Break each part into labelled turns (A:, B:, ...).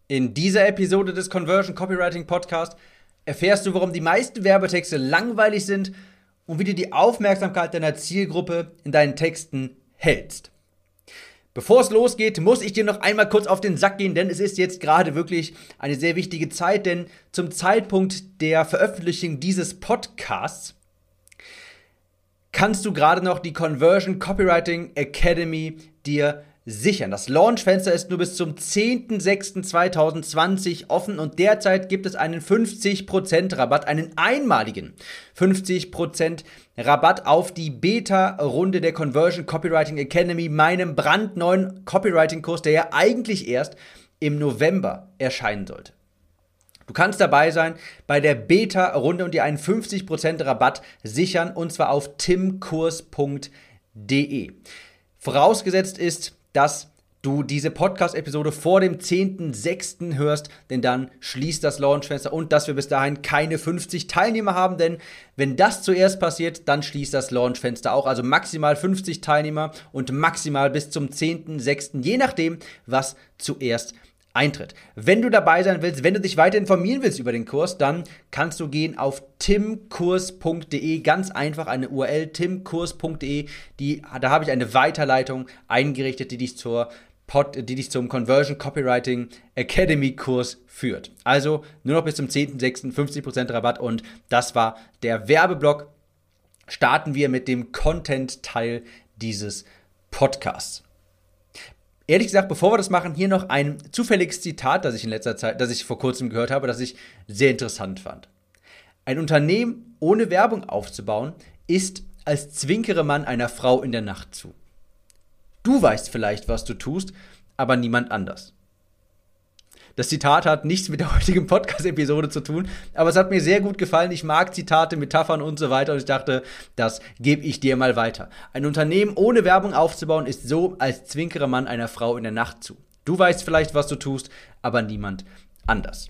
A: In dieser Episode des Conversion Copywriting Podcast erfährst du, warum die meisten Werbetexte langweilig sind und wie du die Aufmerksamkeit deiner Zielgruppe in deinen Texten hältst. Bevor es losgeht, muss ich dir noch einmal kurz auf den Sack gehen, denn es ist jetzt gerade wirklich eine sehr wichtige Zeit, denn zum Zeitpunkt der Veröffentlichung dieses Podcasts kannst du gerade noch die Conversion Copywriting Academy dir sichern. Das Launchfenster ist nur bis zum 10.06.2020 offen und derzeit gibt es einen 50% Rabatt, einen einmaligen 50% Rabatt auf die Beta-Runde der Conversion Copywriting Academy, meinem brandneuen Copywriting-Kurs, der ja eigentlich erst im November erscheinen sollte. Du kannst dabei sein bei der Beta-Runde und dir einen 50% Rabatt sichern, und zwar auf timkurs.de. Vorausgesetzt ist, dass du diese Podcast-Episode vor dem 10.06. hörst, denn dann schließt das Launchfenster und dass wir bis dahin keine 50 Teilnehmer haben, denn wenn das zuerst passiert, dann schließt das Launchfenster auch, also maximal 50 Teilnehmer und maximal bis zum 10.06., je nachdem, was zuerst eintritt. Wenn du dabei sein willst, wenn du dich weiter informieren willst über den Kurs, dann kannst du gehen auf timkurs.de, ganz einfach eine URL, timkurs.de, da habe ich eine Weiterleitung eingerichtet, die dich zum Conversion Copywriting Academy Kurs führt. Also nur noch bis zum 10.06. 50% Rabatt und das war der Werbeblock. Starten wir mit dem Content-Teil dieses Podcasts. Ehrlich gesagt, bevor wir das machen, hier noch ein zufälliges Zitat, das ich vor kurzem gehört habe, das ich sehr interessant fand. Ein Unternehmen ohne Werbung aufzubauen, ist, als zwinkere man einer Frau in der Nacht zu. Du weißt vielleicht, was du tust, aber niemand anders. Das Zitat hat nichts mit der heutigen Podcast-Episode zu tun, aber es hat mir sehr gut gefallen. Ich mag Zitate, Metaphern und so weiter und ich dachte, das gebe ich dir mal weiter. Ein Unternehmen ohne Werbung aufzubauen ist so, als zwinkere man einer Frau in der Nacht zu. Du weißt vielleicht, was du tust, aber niemand anders.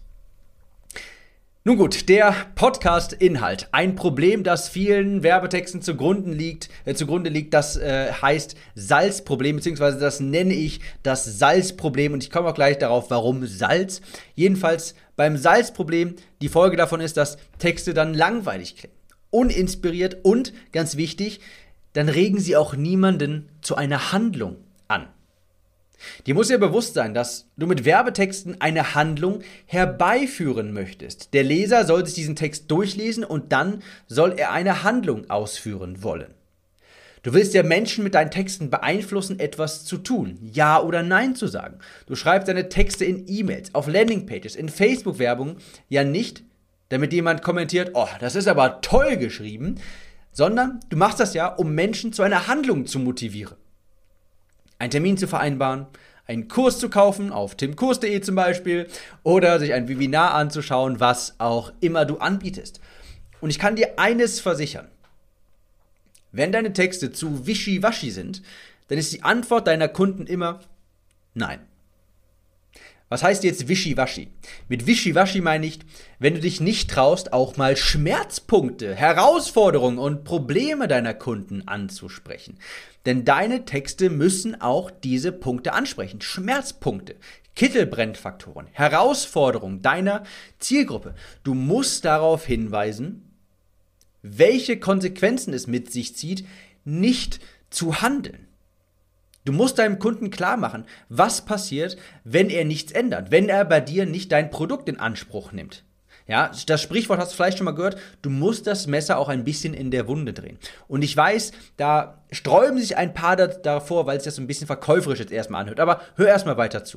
A: Nun gut, der Podcast-Inhalt. Ein Problem, das vielen Werbetexten zugrunde liegt, das heißt Salzproblem, beziehungsweise das nenne ich das Salzproblem und ich komme auch gleich darauf, warum Salz. Jedenfalls beim Salzproblem, die Folge davon ist, dass Texte dann langweilig klingen, uninspiriert und, ganz wichtig, dann regen sie auch niemanden zu einer Handlung an. Dir muss ja bewusst sein, dass du mit Werbetexten eine Handlung herbeiführen möchtest. Der Leser soll sich diesen Text durchlesen und dann soll er eine Handlung ausführen wollen. Du willst ja Menschen mit deinen Texten beeinflussen, etwas zu tun, Ja oder Nein zu sagen. Du schreibst deine Texte in E-Mails, auf Landingpages, in Facebook-Werbung ja nicht, damit jemand kommentiert, oh, das ist aber toll geschrieben, sondern du machst das ja, um Menschen zu einer Handlung zu motivieren. Einen Termin zu vereinbaren, einen Kurs zu kaufen, auf timkurs.de zum Beispiel, oder sich ein Webinar anzuschauen, was auch immer du anbietest. Und ich kann dir eines versichern. Wenn deine Texte zu wischiwaschi sind, dann ist die Antwort deiner Kunden immer Nein. Was heißt jetzt wischiwaschi? Mit wischiwaschi meine ich, wenn du dich nicht traust, auch mal Schmerzpunkte, Herausforderungen und Probleme deiner Kunden anzusprechen. Denn deine Texte müssen auch diese Punkte ansprechen. Schmerzpunkte, Kittelbrennfaktoren, Herausforderungen deiner Zielgruppe. Du musst darauf hinweisen, welche Konsequenzen es mit sich zieht, nicht zu handeln. Du musst deinem Kunden klar machen, was passiert, wenn er nichts ändert, wenn er bei dir nicht dein Produkt in Anspruch nimmt. Ja, das Sprichwort hast du vielleicht schon mal gehört, du musst das Messer auch ein bisschen in der Wunde drehen. Und ich weiß, da sträuben sich ein paar davor, weil es das so ein bisschen verkäuferisch jetzt erstmal anhört, aber hör erstmal weiter zu.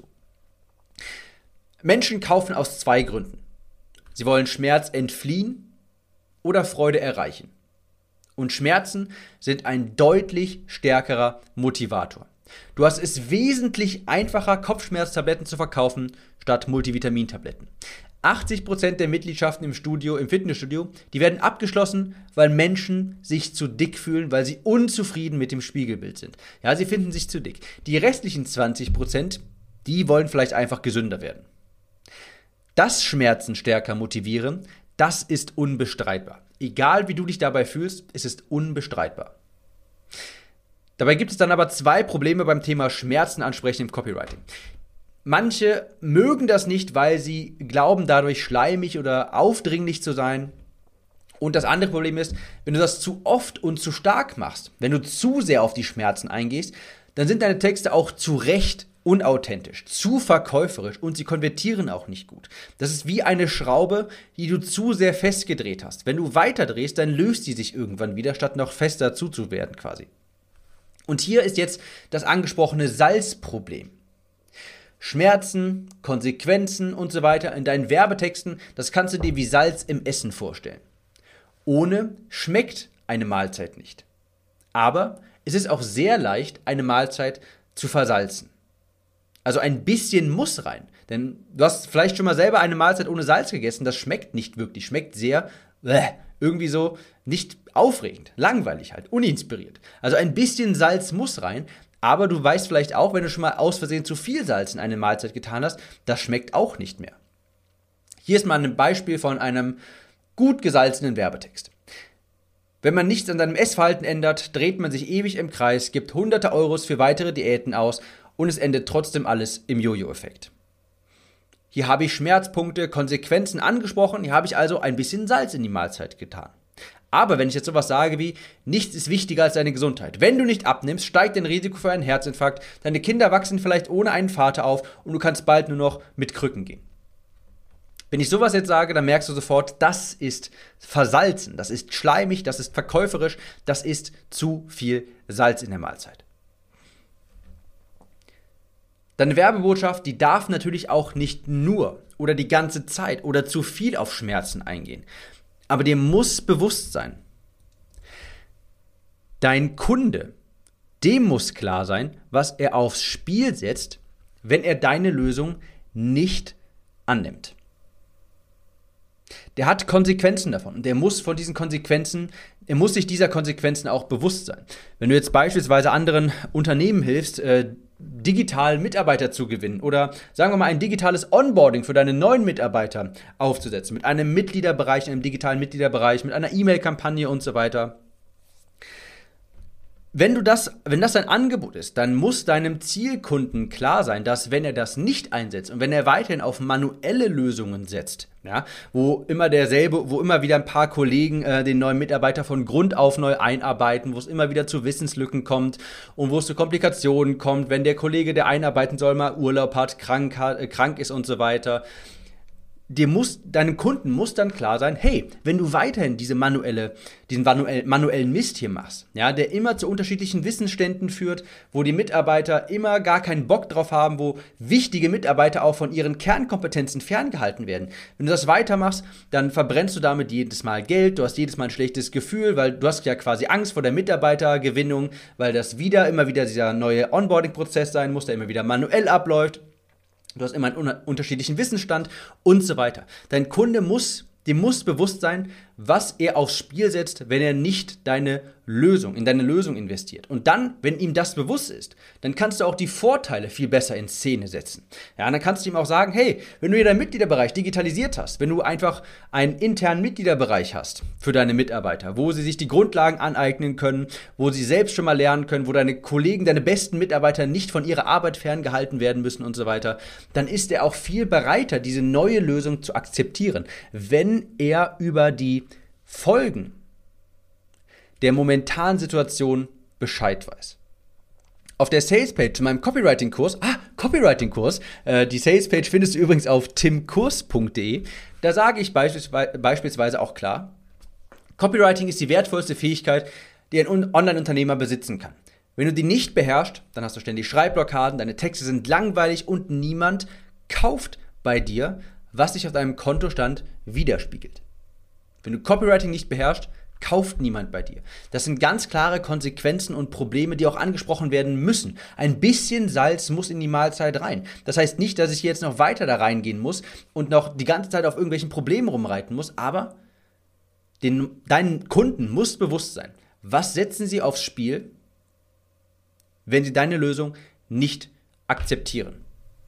A: Menschen kaufen aus zwei Gründen. Sie wollen Schmerz entfliehen oder Freude erreichen. Und Schmerzen sind ein deutlich stärkerer Motivator. Du hast es wesentlich einfacher, Kopfschmerztabletten zu verkaufen, statt Multivitamintabletten. 80% der Mitgliedschaften im Fitnessstudio, die werden abgeschlossen, weil Menschen sich zu dick fühlen, weil sie unzufrieden mit dem Spiegelbild sind. Ja, sie finden sich zu dick. Die restlichen 20%, die wollen vielleicht einfach gesünder werden. Dass Schmerzen stärker motivieren, das ist unbestreitbar. Egal wie du dich dabei fühlst, es ist unbestreitbar. Dabei gibt es dann aber zwei Probleme beim Thema Schmerzen ansprechen im Copywriting. Manche mögen das nicht, weil sie glauben, dadurch schleimig oder aufdringlich zu sein. Und das andere Problem ist, wenn du das zu oft und zu stark machst, wenn du zu sehr auf die Schmerzen eingehst, dann sind deine Texte auch zu Recht unauthentisch, zu verkäuferisch und sie konvertieren auch nicht gut. Das ist wie eine Schraube, die du zu sehr festgedreht hast. Wenn du weiter drehst, dann löst sie sich irgendwann wieder, statt noch fester zuzuwerden quasi. Und hier ist jetzt das angesprochene Salzproblem. Schmerzen, Konsequenzen und so weiter in deinen Werbetexten, das kannst du dir wie Salz im Essen vorstellen. Ohne schmeckt eine Mahlzeit nicht. Aber es ist auch sehr leicht, eine Mahlzeit zu versalzen. Also ein bisschen muss rein. Denn du hast vielleicht schon mal selber eine Mahlzeit ohne Salz gegessen, das schmeckt nicht wirklich, schmeckt sehr irgendwie so nicht aufregend, langweilig halt, uninspiriert. Also ein bisschen Salz muss rein, aber du weißt vielleicht auch, wenn du schon mal aus Versehen zu viel Salz in eine Mahlzeit getan hast, das schmeckt auch nicht mehr. Hier ist mal ein Beispiel von einem gut gesalzenen Werbetext. Wenn man nichts an seinem Essverhalten ändert, dreht man sich ewig im Kreis, gibt hunderte Euros für weitere Diäten aus und es endet trotzdem alles im Jojo-Effekt. Hier habe ich Schmerzpunkte, Konsequenzen angesprochen, hier habe ich also ein bisschen Salz in die Mahlzeit getan. Aber wenn ich jetzt sowas sage wie, nichts ist wichtiger als deine Gesundheit. Wenn du nicht abnimmst, steigt dein Risiko für einen Herzinfarkt, deine Kinder wachsen vielleicht ohne einen Vater auf und du kannst bald nur noch mit Krücken gehen. Wenn ich sowas jetzt sage, dann merkst du sofort, das ist versalzen, das ist schleimig, das ist verkäuferisch, das ist zu viel Salz in der Mahlzeit. Deine Werbebotschaft, die darf natürlich auch nicht nur oder die ganze Zeit oder zu viel auf Schmerzen eingehen. Aber dir muss bewusst sein, dein Kunde, dem muss klar sein, was er aufs Spiel setzt, wenn er deine Lösung nicht annimmt. Der hat Konsequenzen davon und der muss von diesen Konsequenzen, er muss sich dieser Konsequenzen auch bewusst sein. Wenn du jetzt beispielsweise anderen Unternehmen hilfst, digital Mitarbeiter zu gewinnen oder sagen wir mal ein digitales Onboarding für deine neuen Mitarbeiter aufzusetzen, mit einem Mitgliederbereich, einem digitalen Mitgliederbereich, mit einer E-Mail-Kampagne und so weiter. Wenn das dein Angebot ist, dann muss deinem Zielkunden klar sein, dass wenn er das nicht einsetzt und wenn er weiterhin auf manuelle Lösungen setzt, ja, wo immer wieder ein paar Kollegen den neuen Mitarbeiter von Grund auf neu einarbeiten, wo es immer wieder zu Wissenslücken kommt und wo es zu Komplikationen kommt, wenn der Kollege, der einarbeiten soll, mal Urlaub hat, krank ist und so weiter. Deinem Kunden muss dann klar sein, hey, wenn du weiterhin diesen manuellen Mist hier machst, ja, der immer zu unterschiedlichen Wissensständen führt, wo die Mitarbeiter immer gar keinen Bock drauf haben, wo wichtige Mitarbeiter auch von ihren Kernkompetenzen ferngehalten werden. Wenn du das weitermachst, dann verbrennst du damit jedes Mal Geld, du hast jedes Mal ein schlechtes Gefühl, weil du hast ja quasi Angst vor der Mitarbeitergewinnung, weil das immer wieder dieser neue Onboarding-Prozess sein muss, der immer wieder manuell abläuft. Du hast immer einen unterschiedlichen Wissensstand und so weiter. Dein Kunde dem muss bewusst sein, was er aufs Spiel setzt, wenn er nicht in deine Lösung investiert. Und dann, wenn ihm das bewusst ist, dann kannst du auch die Vorteile viel besser in Szene setzen. Ja, dann kannst du ihm auch sagen, hey, wenn du dir deinen Mitgliederbereich digitalisiert hast, wenn du einfach einen internen Mitgliederbereich hast für deine Mitarbeiter, wo sie sich die Grundlagen aneignen können, wo sie selbst schon mal lernen können, wo deine Kollegen, deine besten Mitarbeiter nicht von ihrer Arbeit ferngehalten werden müssen und so weiter, dann ist er auch viel bereiter, diese neue Lösung zu akzeptieren, wenn er über die Folgen der momentanen Situation Bescheid weiß. Auf der Salespage zu meinem Copywriting-Kurs, die Salespage findest du übrigens auf timkurs.de, da sage ich beispielsweise auch klar, Copywriting ist die wertvollste Fähigkeit, die ein Online-Unternehmer besitzen kann. Wenn du die nicht beherrschst, dann hast du ständig Schreibblockaden, deine Texte sind langweilig und niemand kauft bei dir, was sich auf deinem Kontostand widerspiegelt. Wenn du Copywriting nicht beherrschst, kauft niemand bei dir. Das sind ganz klare Konsequenzen und Probleme, die auch angesprochen werden müssen. Ein bisschen Salz muss in die Mahlzeit rein. Das heißt nicht, dass ich jetzt noch weiter da reingehen muss und noch die ganze Zeit auf irgendwelchen Problemen rumreiten muss, aber deinen Kunden muss bewusst sein, was setzen sie aufs Spiel, wenn sie deine Lösung nicht akzeptieren.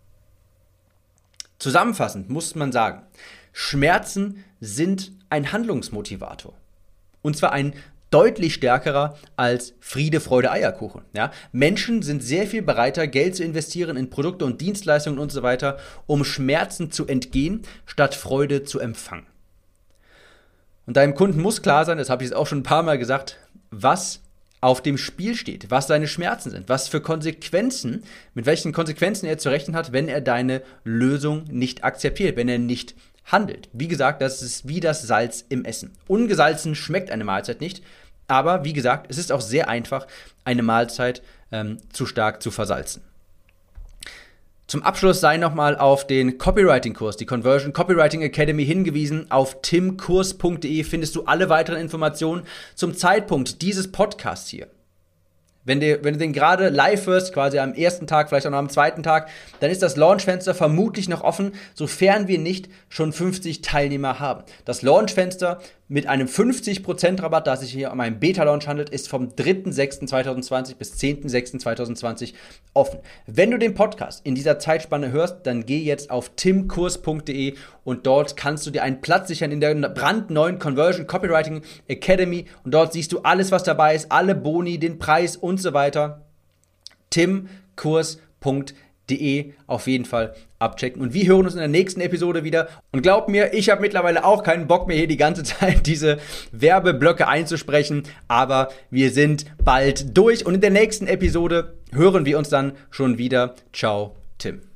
A: Zusammenfassend muss man sagen, Schmerzen sind ein Handlungsmotivator. Und zwar ein deutlich stärkerer als Friede, Freude, Eierkuchen. Ja? Menschen sind sehr viel bereiter, Geld zu investieren in Produkte und Dienstleistungen und so weiter, um Schmerzen zu entgehen, statt Freude zu empfangen. Und deinem Kunden muss klar sein, das habe ich jetzt auch schon ein paar Mal gesagt, was auf dem Spiel steht, was seine Schmerzen sind, was für Konsequenzen, mit welchen Konsequenzen er zu rechnen hat, wenn er deine Lösung nicht akzeptiert, wenn er nicht handelt. Wie gesagt, das ist wie das Salz im Essen. Ungesalzen schmeckt eine Mahlzeit nicht, aber wie gesagt, es ist auch sehr einfach, eine Mahlzeit zu stark zu versalzen. Zum Abschluss sei nochmal auf den Copywriting-Kurs, die Conversion Copywriting Academy hingewiesen. Auf timkurs.de findest du alle weiteren Informationen zum Zeitpunkt dieses Podcasts hier. Wenn du den gerade live hörst, quasi am ersten Tag, vielleicht auch noch am zweiten Tag, dann ist das Launchfenster vermutlich noch offen, sofern wir nicht schon 50 Teilnehmer haben. Das Launchfenster mit einem 50% Rabatt, da es sich hier um einen Beta-Launch handelt, ist vom 3.6.2020 bis 10.6.2020 offen. Wenn du den Podcast in dieser Zeitspanne hörst, dann geh jetzt auf timkurs.de und dort kannst du dir einen Platz sichern in der brandneuen Conversion Copywriting Academy und dort siehst du alles, was dabei ist, alle Boni, den Preis und so weiter. timkurs.de auf jeden Fall abchecken. Und wir hören uns in der nächsten Episode wieder. Und glaub mir, ich habe mittlerweile auch keinen Bock mehr, hier die ganze Zeit diese Werbeblöcke einzusprechen. Aber wir sind bald durch. Und in der nächsten Episode hören wir uns dann schon wieder. Ciao, Tim.